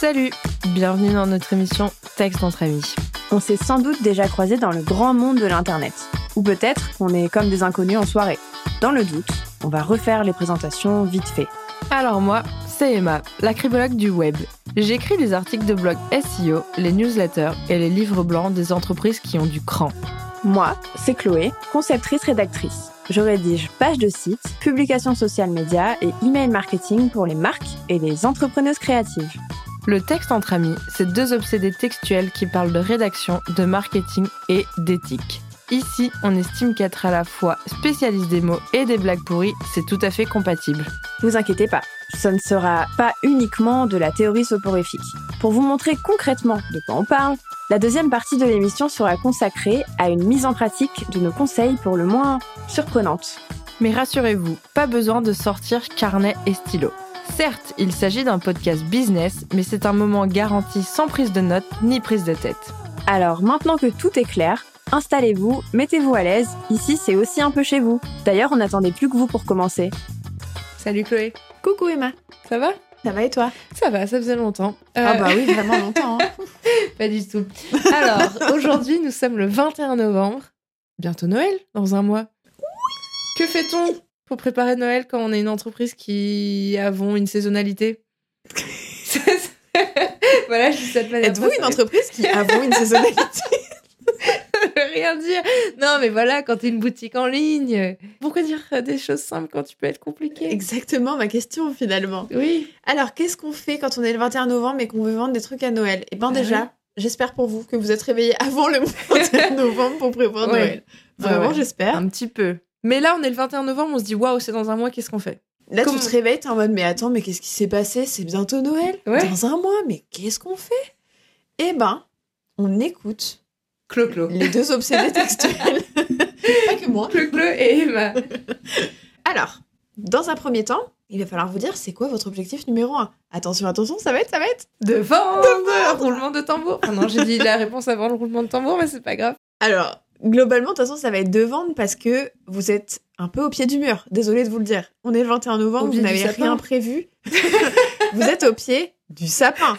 Salut, bienvenue dans notre émission Texte entre amis. On s'est sans doute déjà croisés dans le grand monde de l'internet. Ou peut-être qu'on est comme des inconnus en soirée. Dans le doute, on va refaire les présentations vite fait. Alors moi, c'est Emma, la cribologue du web. J'écris les articles de blog SEO, les newsletters et les livres blancs des entreprises qui ont du cran. Moi, c'est Chloé, conceptrice-rédactrice. Je rédige pages de sites, publications social médias et email marketing pour les marques et les entrepreneuses créatives. Le texte entre amis, c'est deux obsédés textuels qui parlent de rédaction, de marketing et d'éthique. Ici, on estime qu'être à la fois spécialiste des mots et des blagues pourries, c'est tout à fait compatible. Vous inquiétez pas, ça ne sera pas uniquement de la théorie soporifique. Pour vous montrer concrètement de quoi on parle, la deuxième partie de l'émission sera consacrée à une mise en pratique de nos conseils pour le moins surprenantes. Mais rassurez-vous, pas besoin de sortir carnet et stylo. Certes, il s'agit d'un podcast business, mais c'est un moment garanti sans prise de notes ni prise de tête. Alors maintenant que tout est clair, installez-vous, mettez-vous à l'aise, ici c'est aussi un peu chez vous. D'ailleurs, on n'attendait plus que vous pour commencer. Salut Chloé. Coucou Emma. Ça va ? Ça va et toi ? Ça va, ça faisait longtemps. Ah bah oui, vraiment longtemps. Hein. Pas du tout. Alors, aujourd'hui, nous sommes le 21 novembre. Bientôt Noël, dans un mois. Oui. Que fait-on pour préparer Noël quand on est une entreprise qui avons une saisonnalité ? Voilà, je dis ça de manière... Êtes-vous une entreprise qui avons une saisonnalité ? Ça veut rien dire. Non, mais voilà, quand t'es une boutique en ligne, pourquoi dire des choses simples quand tu peux être compliqué ? Exactement ma question finalement. Oui. Alors, qu'est-ce qu'on fait quand on est le 21 novembre et qu'on veut vendre des trucs à Noël ? Eh bien déjà, j'espère pour vous que vous êtes réveillés avant le 21 novembre pour prévoir Noël. Vraiment, j'espère. Un petit peu. Mais là, on est le 21 novembre, on se dit, waouh, c'est dans un mois, qu'est-ce qu'on fait ? Là, tu te réveilles, t'es en mode, mais attends, mais qu'est-ce qui s'est passé ? C'est bientôt Noël ? Dans un mois, mais qu'est-ce qu'on fait ? Eh ben, on écoute Clo-Clo. Les deux obsédés textuels. Pas que moi. Clo-Clo et Emma. Alors, dans un premier temps, il va falloir vous dire c'est quoi votre objectif numéro 1. Attention, ça va être de vendre. Roulement de tambour. Oh non, j'ai dit la réponse avant le roulement de tambour, mais c'est pas grave. Alors, globalement, de toute façon, ça va être de vendre parce que vous êtes un peu au pied du mur. Désolée de vous le dire. On est le 21 novembre, vous n'avez rien prévu. Vous êtes au pied du sapin.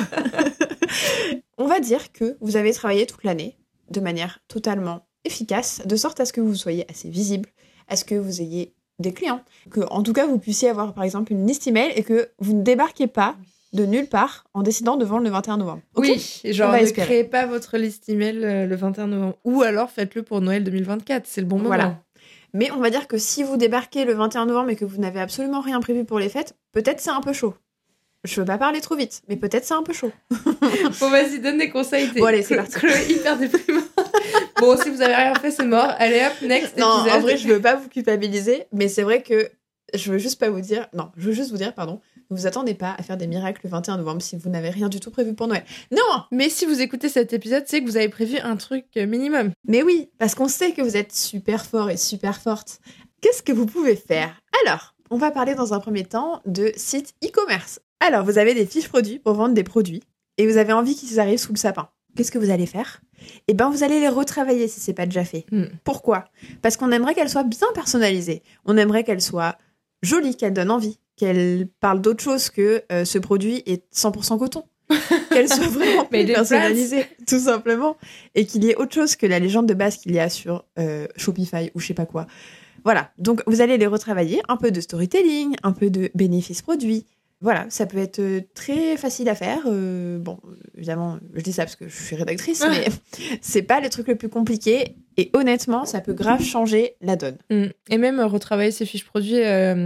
On va dire que vous avez travaillé toute l'année de manière totalement efficace, de sorte à ce que vous soyez assez visible, à ce que vous ayez des clients, que en tout cas vous puissiez avoir par exemple une liste email et que vous ne débarquiez pas de nulle part en décidant de vendre le 21 novembre. Okay, oui, genre ne créez pas votre liste email le 21 novembre. Ou alors faites-le pour Noël 2024, c'est le bon moment. Voilà. Mais on va dire que si vous débarquez le 21 novembre et que vous n'avez absolument rien prévu pour les fêtes, peut-être c'est un peu chaud. Je veux pas parler trop vite, mais peut-être c'est un peu chaud. Bon, vas-y, donne des conseils. Bon, allez, c'est parti. Chloé, hyper déprimant. Bon, si vous avez rien fait, c'est mort. Allez hop, next non, épisode. En vrai, je veux pas vous culpabiliser, mais c'est vrai que je veux juste vous dire, ne vous attendez pas à faire des miracles le 21 novembre si vous n'avez rien du tout prévu pour Noël. Non! Mais si vous écoutez cet épisode, c'est que vous avez prévu un truc minimum. Mais oui, parce qu'on sait que vous êtes super fort et super forte. Qu'est-ce que vous pouvez faire ? Alors, on va parler dans un premier temps de sites e-commerce. Alors, vous avez des fiches produits pour vendre des produits et vous avez envie qu'ils arrivent sous le sapin. Qu'est-ce que vous allez faire ? Eh bien, vous allez les retravailler si c'est pas déjà fait. Pourquoi ? Parce qu'on aimerait qu'elles soient bien personnalisées. On aimerait qu'elles soient jolies, qu'elles donnent envie, qu'elles parlent d'autre chose que ce produit est 100% coton. Qu'elles soient vraiment plus personnalisées, tout simplement. Et qu'il y ait autre chose que la légende de base qu'il y a sur Shopify ou je sais pas quoi. Voilà. Donc, vous allez les retravailler. Un peu de storytelling, un peu de bénéfices produits. Voilà, ça peut être très facile à faire. Bon, évidemment, je dis ça parce que je suis rédactrice, mais c'est pas le truc le plus compliqué. Et honnêtement, ça peut grave changer la donne. Et même retravailler ces fiches produits,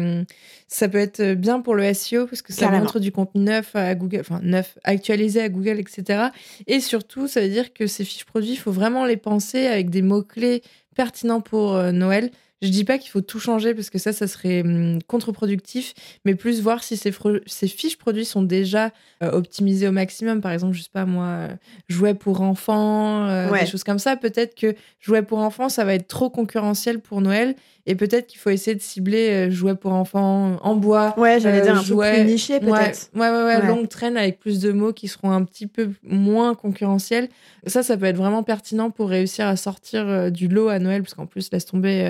ça peut être bien pour le SEO parce que ça montre du contenu neuf à Google, enfin neuf, actualisé à Google, etc. Et surtout, ça veut dire que ces fiches produits, il faut vraiment les penser avec des mots-clés pertinents pour Noël. Je dis pas qu'il faut tout changer parce que ça serait contre-productif, mais plus voir si ces fiches produits sont déjà optimisées au maximum. Par exemple, je sais pas moi, jouets pour enfants, des choses comme ça. Peut-être que jouets pour enfants, ça va être trop concurrentiel pour Noël. Et peut-être qu'il faut essayer de cibler jouets pour enfants en bois. Ouais, j'allais dire un peu plus niché peut-être. Ouais, longue traîne avec plus de mots qui seront un petit peu moins concurrentiels. Ça peut être vraiment pertinent pour réussir à sortir du lot à Noël, parce qu'en plus, laisse tomber, c'est une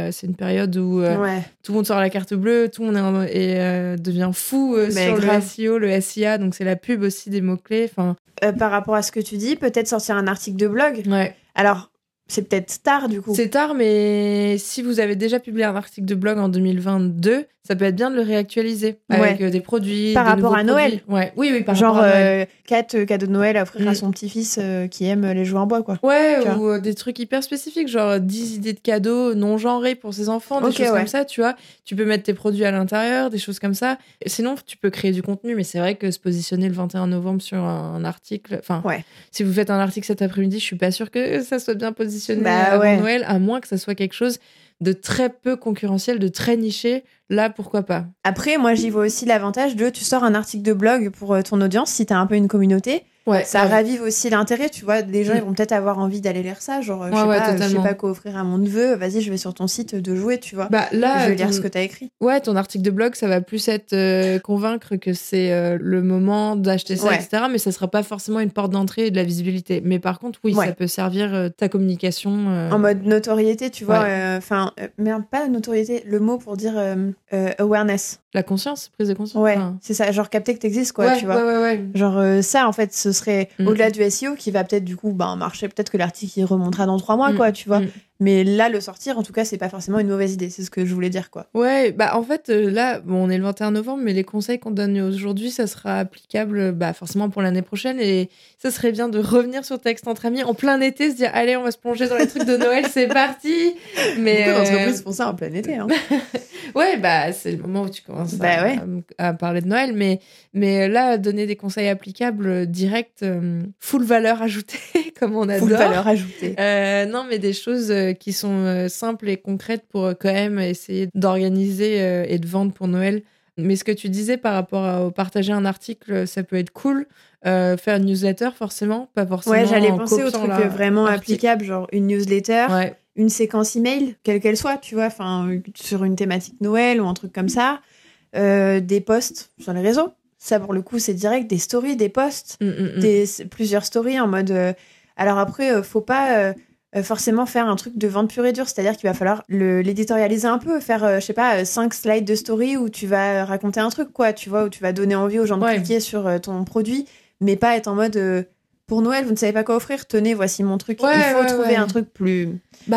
période où tout le monde sort la carte bleue, tout le monde devient fou sur le SEO, le SIA, donc c'est la pub aussi des mots-clés. Par rapport à ce que tu dis, peut-être sortir un article de blog. Ouais. Alors, c'est peut-être tard du coup. C'est tard, mais si vous avez déjà publié un article de blog en 2022, ça peut être bien de le réactualiser avec des produits. Par rapport à Noël. Ouais. Oui, par genre, rapport à Noël. 4 cadeaux de Noël à offrir à son petit-fils qui aime les jouets en bois, quoi. Ouais, ou des trucs hyper spécifiques, genre 10 idées de cadeaux non genrés pour ses enfants, des choses comme ça, tu vois. Tu peux mettre tes produits à l'intérieur, des choses comme ça. Sinon, tu peux créer du contenu, mais c'est vrai que se positionner le 21 novembre sur un article... si vous faites un article cet après-midi, je suis pas sûre que ça soit bien positionné avant Noël, à moins que ça soit quelque chose de très peu concurrentiel, de très niché. Là, pourquoi pas. Après, moi, j'y vois aussi l'avantage de tu sors un article de blog pour ton audience, si t'as un peu une communauté. Ça ravive aussi l'intérêt, tu vois. Les gens, ils vont peut-être avoir envie d'aller lire ça. Genre, je sais pas quoi offrir à mon neveu. Vas-y, je vais sur ton site de jouets, tu vois. Là, je vais lire ce que t'as écrit. Ouais, ton article de blog, ça va plus être convaincre que c'est le moment d'acheter ça, etc. Mais ça sera pas forcément une porte d'entrée et de la visibilité. Mais par contre, ça peut servir ta communication. En mode notoriété, tu vois. Merde, pas notoriété, le mot pour dire awareness. La conscience, prise de conscience. Ouais, c'est ça. Genre capter que t'existes, quoi, tu vois. Ouais. Genre ça, en fait, ce serait au-delà du SEO qui va peut-être du coup marcher. Peut-être que l'article il remontera dans 3 mois, quoi, tu vois. Mais là, le sortir, en tout cas, c'est pas forcément une mauvaise idée. C'est ce que je voulais dire, quoi. Ouais, en fait, là, on est le 21 novembre, mais les conseils qu'on donne aujourd'hui, ça sera applicable forcément pour l'année prochaine. Et ça serait bien de revenir sur Texte entre amis en plein été, se dire, allez, on va se plonger dans les trucs de Noël, c'est parti. Mais beaucoup d'entreprises font ça en plein été. Hein. Ouais, c'est le moment où tu commences à parler de Noël. Mais là, donner des conseils applicables directs, full valeur ajoutée, comme on adore. Full valeur ajoutée. Non, mais des choses qui sont simples et concrètes pour quand même essayer d'organiser et de vendre pour Noël. Mais ce que tu disais par rapport à partager un article, ça peut être cool. Faire une newsletter, forcément, pas forcément. Ouais, j'allais penser au truc vraiment applicable, genre une newsletter, une séquence email, quelle qu'elle soit, tu vois, sur une thématique Noël ou un truc comme ça, des posts sur les réseaux. Ça, pour le coup, c'est direct, des stories, des posts, plusieurs stories en mode. Alors après, faut pas. Forcément faire un truc de vente pure et dure, c'est-à-dire qu'il va falloir l'éditorialiser un peu, faire, 5 slides de story où tu vas raconter un truc, quoi, tu vois, où tu vas donner envie aux gens de cliquer sur ton produit, mais pas être en mode pour Noël, vous ne savez pas quoi offrir, tenez, voici mon truc. Il faut trouver un truc plus...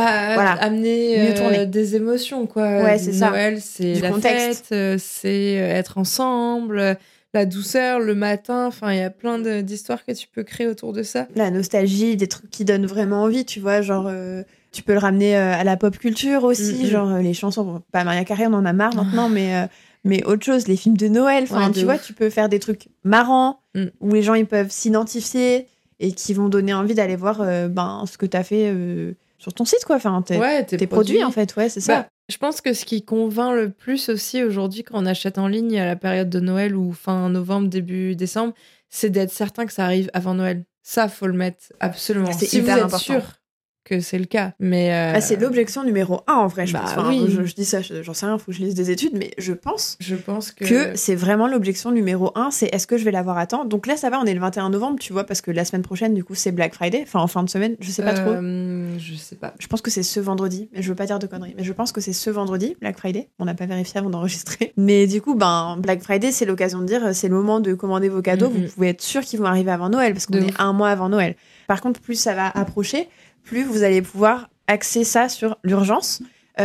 amener des émotions, quoi. Ouais, c'est ça. Noël, c'est du contexte. Fête, c'est être ensemble... La douceur, le matin, il y a plein d'histoires que tu peux créer autour de ça. La nostalgie, des trucs qui donnent vraiment envie, tu vois, genre, tu peux le ramener à la pop culture aussi, genre les chansons, pas Mariah Carey, on en a marre maintenant, mais autre chose, les films de Noël, tu vois, tu peux faire des trucs marrants, où les gens, ils peuvent s'identifier, et qui vont donner envie d'aller voir ce que t'as fait sur ton site, quoi, tes produits, en fait, c'est ça. Je pense que ce qui convainc le plus aussi aujourd'hui quand on achète en ligne à la période de Noël ou fin novembre, début décembre, c'est d'être certain que ça arrive avant Noël. Ça, faut le mettre absolument. C'est si hyper vous êtes important. Sûr que c'est le cas. Mais c'est l'objection numéro 1 en vrai, je pense. Je dis ça, j'en sais rien, faut que je lise des études, mais je pense que c'est vraiment l'objection numéro 1, c'est est-ce que je vais l'avoir à temps. Donc là, ça va, on est le 21 novembre, tu vois, parce que la semaine prochaine, du coup, c'est Black Friday, en fin de semaine, je sais pas trop. Je sais pas. Je pense que c'est ce vendredi, mais je veux pas dire de conneries, mais je pense que c'est ce vendredi, Black Friday. On n'a pas vérifié avant d'enregistrer. Mais du coup, Black Friday, c'est l'occasion de dire, c'est le moment de commander vos cadeaux, vous pouvez être sûr qu'ils vont arriver avant Noël, parce qu'on est un mois avant Noël. Par contre, plus ça va approcher, plus vous allez pouvoir axer ça sur l'urgence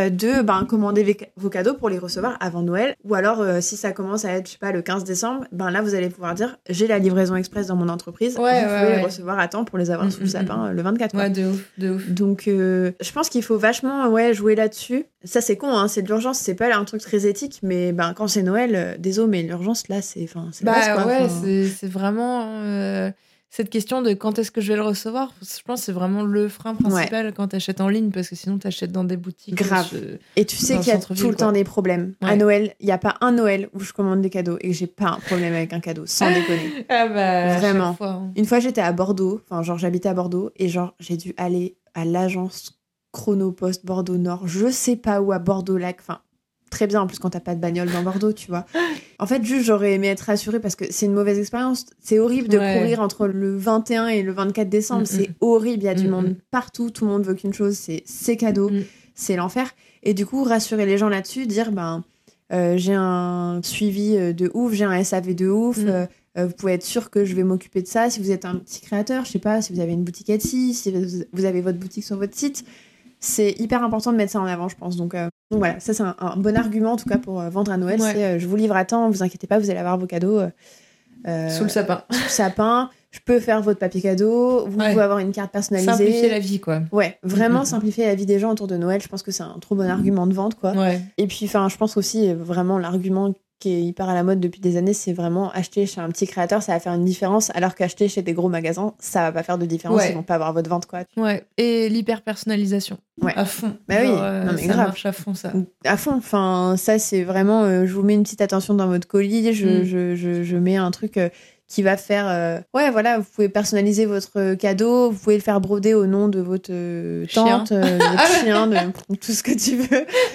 de commander vos cadeaux pour les recevoir avant Noël. Ou alors, si ça commence à être, je sais pas, le 15 décembre, là, vous allez pouvoir dire « J'ai la livraison express dans mon entreprise, vous pouvez les recevoir à temps pour les avoir sous le sapin le 24. » Ouais, de ouf. Donc, je pense qu'il faut vachement jouer là-dessus. Ça, c'est con, hein, c'est de l'urgence, c'est pas un truc très éthique, mais quand c'est Noël, désolé, mais l'urgence, là, c'est base, quoi. C'est vraiment... Cette question de quand est-ce que je vais le recevoir, je pense que c'est vraiment le frein principal quand tu achètes en ligne, parce que sinon tu achètes dans des boutiques. Grave. Et tu sais qu'il y a tout le temps des problèmes. Ouais. À Noël, il n'y a pas un Noël où je commande des cadeaux et que j'ai pas un problème avec un cadeau, sans déconner. Vraiment. Fois. Une fois, j'étais à Bordeaux, j'habitais à Bordeaux, et j'ai dû aller à l'agence Chronopost Bordeaux Nord, je sais pas où, à Bordeaux-Lac, très bien en plus quand t'as pas de bagnole dans Bordeaux, tu vois. En fait, juste j'aurais aimé être rassurée parce que c'est une mauvaise expérience. C'est horrible de courir entre le 21 et le 24 décembre. C'est horrible, il y a du monde partout, tout le monde veut qu'une chose, c'est cadeaux. c'est l'enfer. Et du coup, rassurer les gens là-dessus, dire j'ai un suivi de ouf, j'ai un SAV de ouf, vous pouvez être sûr que je vais m'occuper de ça. Si vous êtes un petit créateur, je sais pas, si vous avez une boutique Etsy, si vous avez votre boutique sur votre site, c'est hyper important de mettre ça en avant, je pense. Donc voilà, ça c'est un bon argument en tout cas pour vendre à Noël. C'est je vous livre à temps, vous inquiétez pas, vous allez avoir vos cadeaux sous le sapin. Sous le sapin, je peux faire votre papier cadeau, vous pouvez avoir une carte personnalisée. Simplifier la vie, quoi. Ouais, vraiment simplifier la vie des gens autour de Noël. Je pense que c'est un trop bon argument de vente, quoi. Ouais. Et puis, je pense aussi vraiment l'argument qui est hyper à la mode depuis des années, c'est vraiment acheter chez un petit créateur, ça va faire une différence, alors qu'acheter chez des gros magasins, ça va pas faire de différence, ils vont pas avoir votre vente, quoi. Ouais, et l'hyper-personnalisation. Ouais. À fond. Bah genre, oui, non mais ça grave. marche à fond, ça. À fond, enfin, ça c'est vraiment, je vous mets une petite attention dans votre colis, je mets un truc qui va faire... voilà, vous pouvez personnaliser votre cadeau, vous pouvez le faire broder au nom de votre tante, de votre chien, de tout ce que tu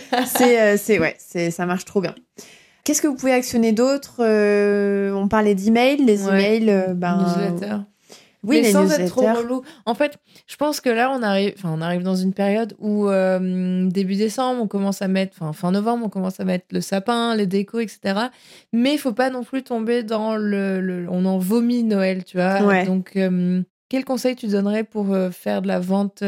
veux. Ça marche trop bien. Qu'est-ce que vous pouvez actionner d'autre on parlait d'emails, les emails... newsletters. Oui, mais les sans newsletters. être trop relou. En fait, je pense que là, on arrive dans une période où début décembre, on commence à mettre, fin novembre, on commence à mettre le sapin, les décos, etc. Mais il faut pas non plus tomber dans on en vomit Noël, tu vois. Ouais. Donc, quel conseil tu donnerais pour faire de la vente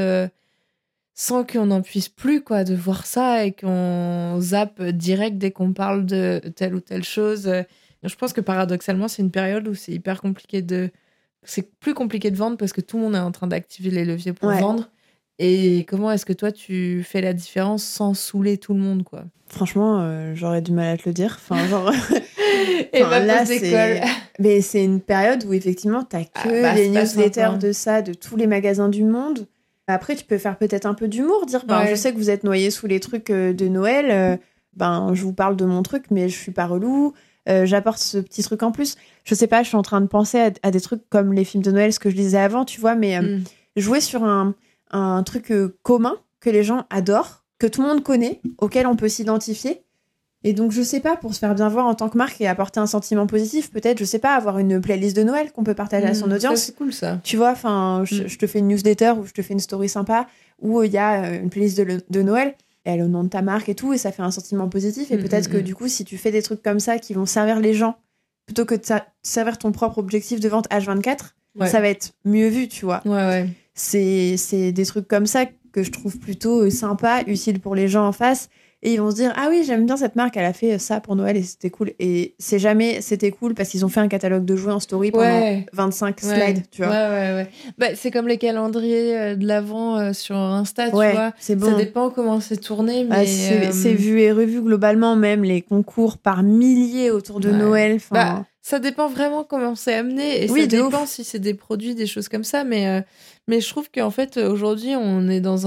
sans qu'on n'en puisse plus, quoi, de voir ça et qu'on zappe direct dès qu'on parle de telle ou telle chose. Je pense que paradoxalement, c'est une période où c'est hyper compliqué c'est plus compliqué de vendre parce que tout le monde est en train d'activer les leviers pour vendre. Et comment est-ce que toi, tu fais la différence sans saouler tout le monde, quoi? Franchement, j'aurais du mal à te le dire. Enfin, genre... Et là, c'est... Mais c'est une période où, effectivement, t'as que les newsletters de ça, de tous les magasins du monde. Après, tu peux faire peut-être un peu d'humour, dire je sais que vous êtes noyés sous les trucs de Noël, je vous parle de mon truc, mais je suis pas relou, j'apporte ce petit truc en plus. Je sais pas, je suis en train de penser à des trucs comme les films de Noël, ce que je disais avant, tu vois, mais jouer sur un truc commun que les gens adorent, que tout le monde connaît, auquel on peut s'identifier. Et donc, je sais pas, pour se faire bien voir en tant que marque et apporter un sentiment positif, peut-être, je sais pas, avoir une playlist de Noël qu'on peut partager à son audience. Ça, c'est cool, ça. Tu vois, je te fais une newsletter ou je te fais une story sympa où il y a une playlist de Noël, et elle est au nom de ta marque et tout, et ça fait un sentiment positif. Et peut-être que du coup, si tu fais des trucs comme ça qui vont servir les gens, plutôt que de servir ton propre objectif de vente H24, ça va être mieux vu, tu vois. Ouais. C'est des trucs comme ça que je trouve plutôt sympa, utile pour les gens en face. Et ils vont se dire, ah oui, j'aime bien cette marque, elle a fait ça pour Noël et c'était cool. Et c'est jamais c'était cool parce qu'ils ont fait un catalogue de jouets en story pendant 25 slides, tu vois. Ouais. Bah, c'est comme les calendriers de l'Avent sur Insta, tu vois. C'est bon. Ça dépend comment c'est tourné, mais... c'est vu et revu globalement, même les concours par milliers autour de Noël. Ça dépend vraiment comment c'est amené et ça dépend si c'est des produits, des choses comme ça. Mais je trouve qu'en fait, aujourd'hui, on est dans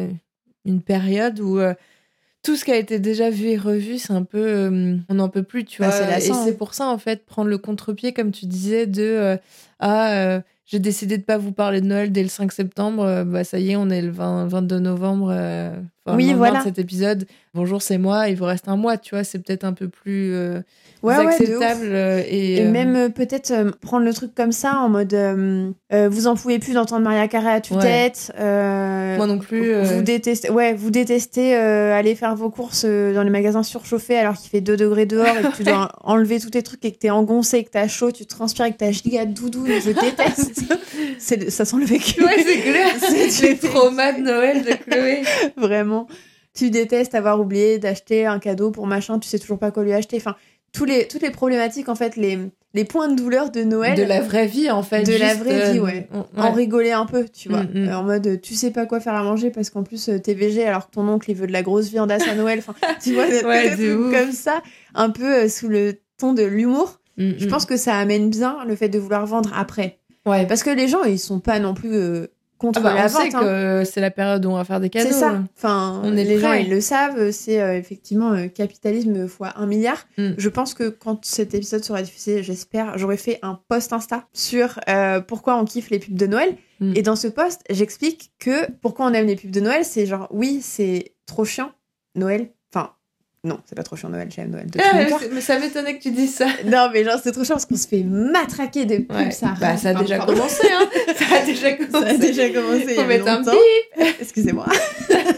une période où... tout ce qui a été déjà vu et revu, c'est un peu... on n'en peut plus, tu vois. Et c'est pour ça, en fait, prendre le contre-pied, comme tu disais, j'ai décidé de pas vous parler de Noël dès le 5 septembre. Ça y est, on est le 22 novembre. De cet épisode. Bonjour, c'est moi. Il vous reste un mois, tu vois. C'est peut-être un peu plus acceptable. Et même peut-être prendre le truc comme ça, en mode vous en pouvez plus d'entendre Maria Carré à tue-tête. Moi non plus. Vous détestez aller faire vos courses dans les magasins surchauffés alors qu'il fait 2 degrés dehors et que tu dois enlever tous tes trucs et que t'es engoncé et que t'as chaud, tu transpires et que t'as giga de doudou. Je déteste. Ça sent le vécu. Ouais, c'est clair. C'est les traumas de Noël de Chloé. Vraiment. Tu détestes avoir oublié d'acheter un cadeau pour machin, tu sais toujours pas quoi lui acheter. Enfin, toutes les problématiques, en fait, les points de douleur de Noël. De la vraie vie, en fait. La vraie vie, ouais. En rigoler un peu, tu vois. En mode, tu sais pas quoi faire à manger parce qu'en plus, t'es végé alors que ton oncle, il veut de la grosse viandasse à Noël. Enfin, tu vois, des trucs comme ça, un peu sous le ton de l'humour. Je pense que ça amène bien le fait de vouloir vendre après. Ouais. Parce que les gens, ils sont pas non plus contre la vente. On sait que c'est la période où on va faire des cadeaux. C'est ça. Enfin, les gens, ils le savent. C'est effectivement capitalisme fois 1 milliard. Je pense que quand cet épisode sera diffusé, j'espère, j'aurai fait un post Insta sur pourquoi on kiffe les pubs de Noël. Et dans ce post, j'explique que pourquoi on aime les pubs de Noël, c'est genre, oui, c'est trop chiant, Noël. Enfin, non, c'est pas trop chiant Noël, j'aime Noël de tout mon cœur. Mais ça m'étonnait que tu dises ça. Non, mais genre, c'est trop chiant parce qu'on se fait matraquer de pubs, ça. Ça a déjà commencé, hein. Ça a déjà commencé. Faut mettre un bip. Excusez-moi.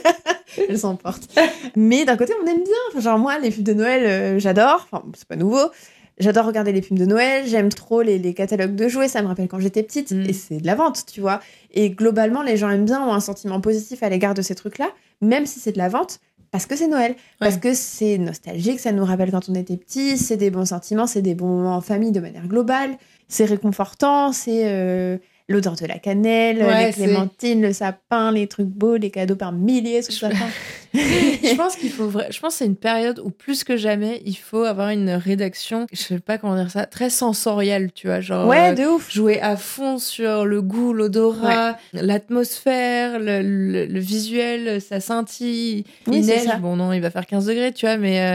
Elle s'emporte. Mais d'un côté, on aime bien. Enfin, genre, moi, les films de Noël, j'adore. Enfin, c'est pas nouveau. J'adore regarder les films de Noël. J'aime trop les catalogues de jouets. Ça me rappelle quand j'étais petite. Et c'est de la vente, tu vois. Et globalement, les gens aiment bien, ont un sentiment positif à l'égard de ces trucs-là, même si c'est de la vente, parce que c'est Noël. Parce que c'est nostalgique, ça nous rappelle quand on était petit. C'est des bons sentiments, c'est des bons moments en famille de manière globale. C'est réconfortant, c'est... l'odeur de la cannelle, les clémentines, le sapin, les trucs beaux, les cadeaux par milliers sous le sapin. Je pense que c'est une période où plus que jamais, il faut avoir une rédaction, je sais pas comment dire ça, très sensorielle, tu vois, genre de ouf. Jouer à fond sur le goût, l'odorat, l'atmosphère, le visuel, ça scintille, il neige, bon non, il va faire 15 degrés, tu vois, mais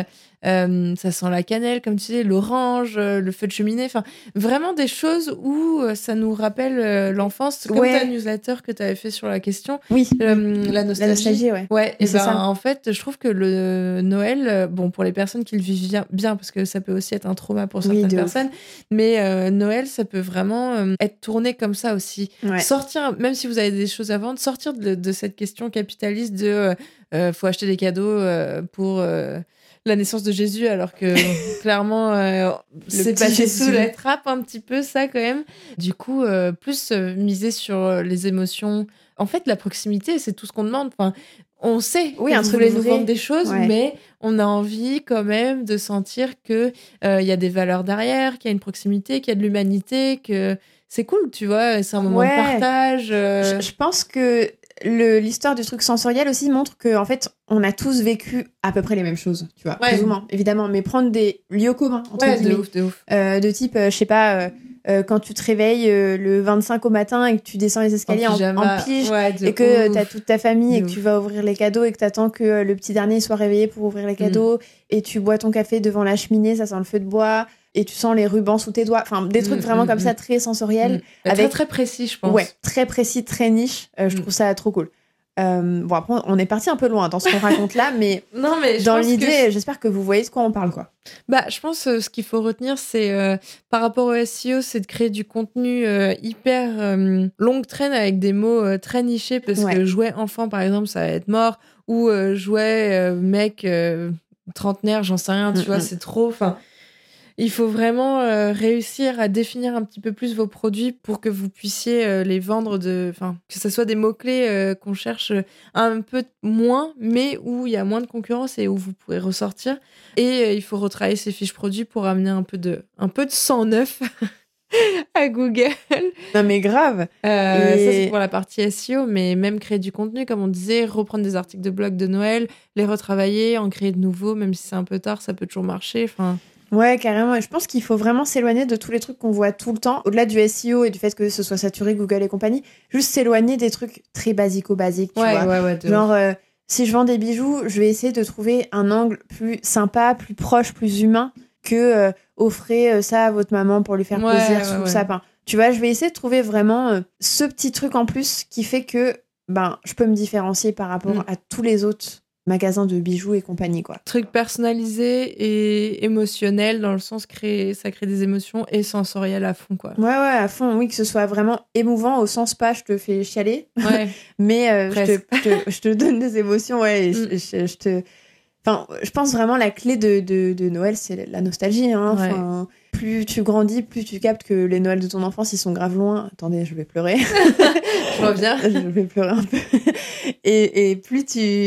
ça sent la cannelle, comme tu sais, l'orange, le feu de cheminée, enfin vraiment des choses où ça nous rappelle l'enfance, comme ta newsletter que tu avais fait sur la question. La nostalgie, et ben en fait, je trouve que le Noël, bon, pour les personnes qui le vivent bien, parce que ça peut aussi être un trauma pour certaines personnes, mais Noël, ça peut vraiment être tourné comme ça aussi. Sortir, même si vous avez des choses à vendre, sortir de cette question capitaliste de faut acheter des cadeaux pour la naissance de Jésus, alors que clairement c'est passé sous la trappe un petit peu ça quand même. Du coup, plus miser sur les émotions. En fait, la proximité, c'est tout ce qu'on demande. Enfin, on sait que vous voulez nous vendre des choses, mais on a envie quand même de sentir que y a des valeurs derrière, qu'il y a une proximité, qu'il y a de l'humanité, que c'est cool, tu vois. C'est un moment de partage. Je pense que l'histoire du truc sensoriel aussi montre que en fait on a tous vécu à peu près les mêmes choses, tu vois, plus ou moins, évidemment, mais prendre des lieux communs entre guillemets, de ouf. De type je sais pas, quand tu te réveilles le 25 au matin et que tu descends les escaliers en pige et que t'as toute ta famille et que tu vas ouvrir les cadeaux et que t'attends que le petit dernier soit réveillé pour ouvrir les cadeaux et tu bois ton café devant la cheminée, ça sent le feu de bois et tu sens les rubans sous tes doigts, enfin des trucs vraiment comme ça, très sensoriels, avec très précis, je pense. Très précis, très niche. Je trouve ça trop cool. Bon, après on est parti un peu loin dans ce qu'on raconte là, mais dans l'idée, j'espère que vous voyez de quoi on parle, quoi. Bah, je pense ce qu'il faut retenir, c'est par rapport au SEO, c'est de créer du contenu hyper longue traîne avec des mots très nichés, parce que jouet enfant par exemple, ça va être mort, ou jouet mec trentenaire, j'en sais rien, tu vois, c'est trop. Enfin, il faut vraiment réussir à définir un petit peu plus vos produits pour que vous puissiez les vendre, que ce soit des mots-clés qu'on cherche un peu moins, mais où il y a moins de concurrence et où vous pouvez ressortir. Et il faut retravailler ces fiches produits pour amener un peu de sang neuf à Google. Non mais grave. Ça c'est pour la partie SEO, mais même créer du contenu, comme on disait, reprendre des articles de blog de Noël, les retravailler, en créer de nouveaux, même si c'est un peu tard, ça peut toujours marcher. Enfin... Ouais, carrément. Je pense qu'il faut vraiment s'éloigner de tous les trucs qu'on voit tout le temps. Au-delà du SEO et du fait que ce soit saturé, Google et compagnie, juste s'éloigner des trucs très basico-basiques, tu vois. Genre, si je vends des bijoux, je vais essayer de trouver un angle plus sympa, plus proche, plus humain que offrez ça à votre maman pour lui faire plaisir sous le sapin. Tu vois, je vais essayer de trouver vraiment ce petit truc en plus qui fait que je peux me différencier par rapport à tous les autres magasins de bijoux et compagnie, quoi. Truc personnalisé et émotionnel, dans le sens ça crée des émotions et sensorielles à fond, quoi. Ouais, à fond, oui, que ce soit vraiment émouvant, au sens pas je te fais chialer, mais je te donne des émotions, et je te... Enfin, je pense vraiment la clé de Noël, c'est la nostalgie, hein. Enfin, plus tu grandis, plus tu captes que les Noëls de ton enfance, ils sont grave loin. Attendez, je vais pleurer. Je reviens. Je vais pleurer un peu. Et plus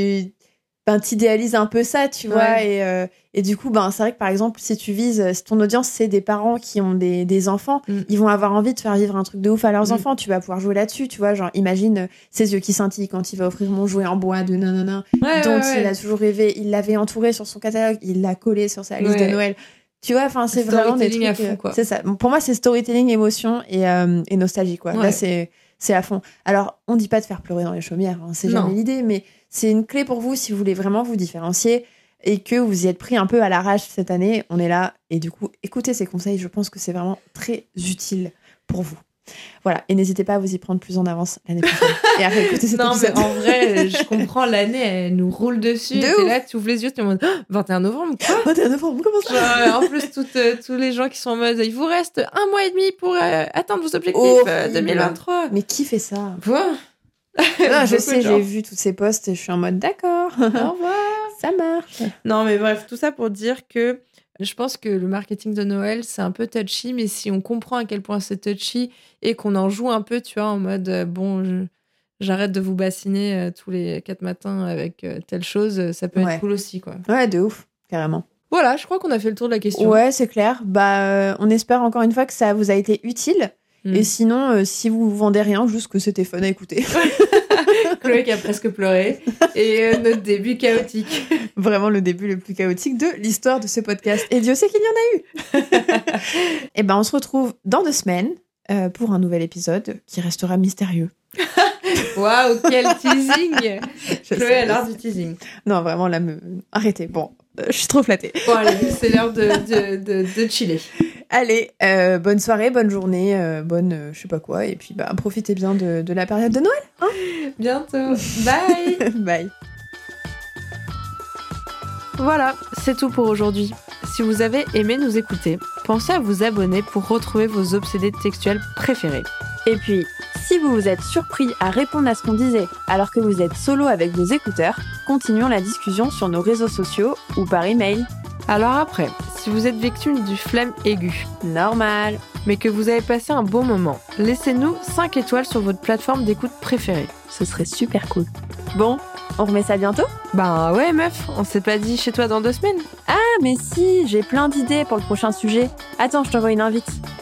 t'idéalises un peu ça, tu vois, et du coup, c'est vrai que par exemple, si ton audience, c'est des parents qui ont des enfants, ils vont avoir envie de faire vivre un truc de ouf à leurs enfants, tu vas pouvoir jouer là-dessus, tu vois, genre, imagine ses yeux qui scintillent quand il va offrir mon jouet en bois de nanana, dont il a toujours rêvé, il l'avait entouré sur son catalogue, il l'a collé sur sa liste de Noël. Tu vois, enfin, c'est vraiment des trucs... à fond, quoi. C'est ça. Pour moi, c'est storytelling, émotion et nostalgie, quoi. Là, c'est à fond. Alors, on dit pas de faire pleurer dans les chaumières, hein, c'est jamais l'idée, mais c'est une clé pour vous si vous voulez vraiment vous différencier et que vous y êtes pris un peu à l'arrache cette année. On est là et du coup, écoutez ces conseils. Je pense que c'est vraiment très utile pour vous. Voilà, et n'hésitez pas à vous y prendre plus en avance l'année prochaine et à réécouter cet épisode. Non, mais en vrai, je comprends, l'année, elle nous roule dessus. T'es là, tu ouvres les yeux, tu es en mode 21 novembre, quoi 21 novembre, comment ça En plus, tous les gens qui sont en mode il vous reste 1 mois et demi pour atteindre vos objectifs 2023. Mais qui fait ça? Non, je sais, j'ai vu tous ces posts et je suis en mode d'accord. Au revoir. Ça marche. Non, mais bref, tout ça pour dire que je pense que le marketing de Noël, c'est un peu touchy, mais si on comprend à quel point c'est touchy et qu'on en joue un peu, tu vois, en mode j'arrête de vous bassiner tous les 4 matins avec telle chose, ça peut être cool aussi, quoi. Ouais, de ouf, carrément. Voilà, je crois qu'on a fait le tour de la question. Ouais, c'est clair. On espère encore une fois que ça vous a été utile. Et sinon, si vous vendez rien, juste que c'était fun à écouter. Chloé qui a presque pleuré. Et notre début chaotique. Vraiment le début le plus chaotique de l'histoire de ce podcast. Et Dieu sait qu'il y en a eu. Et on se retrouve dans 2 semaines pour un nouvel épisode qui restera mystérieux. Waouh, quel teasing. Chloé a l'art du teasing. Non, vraiment, là, arrêtez. Bon, je suis trop flattée. Bon, allez, c'est l'heure de chiller. Allez, bonne soirée, bonne journée, bonne je sais pas quoi. Et puis, profitez bien de la période de Noël. Hein. Bientôt. Bye. Bye. Voilà, c'est tout pour aujourd'hui. Si vous avez aimé nous écouter, pensez à vous abonner pour retrouver vos obsédés textuels préférés. Et puis, si vous vous êtes surpris à répondre à ce qu'on disait alors que vous êtes solo avec vos écouteurs, continuons la discussion sur nos réseaux sociaux ou par email. Alors après, si vous êtes victime du flemme aigu, normal, mais que vous avez passé un bon moment, laissez-nous 5 étoiles sur votre plateforme d'écoute préférée. Ce serait super cool. Bon, on remet ça bientôt ? Bah ouais meuf, on s'est pas dit chez toi dans 2 semaines. Ah mais si, j'ai plein d'idées pour le prochain sujet. Attends, je t'envoie une invite.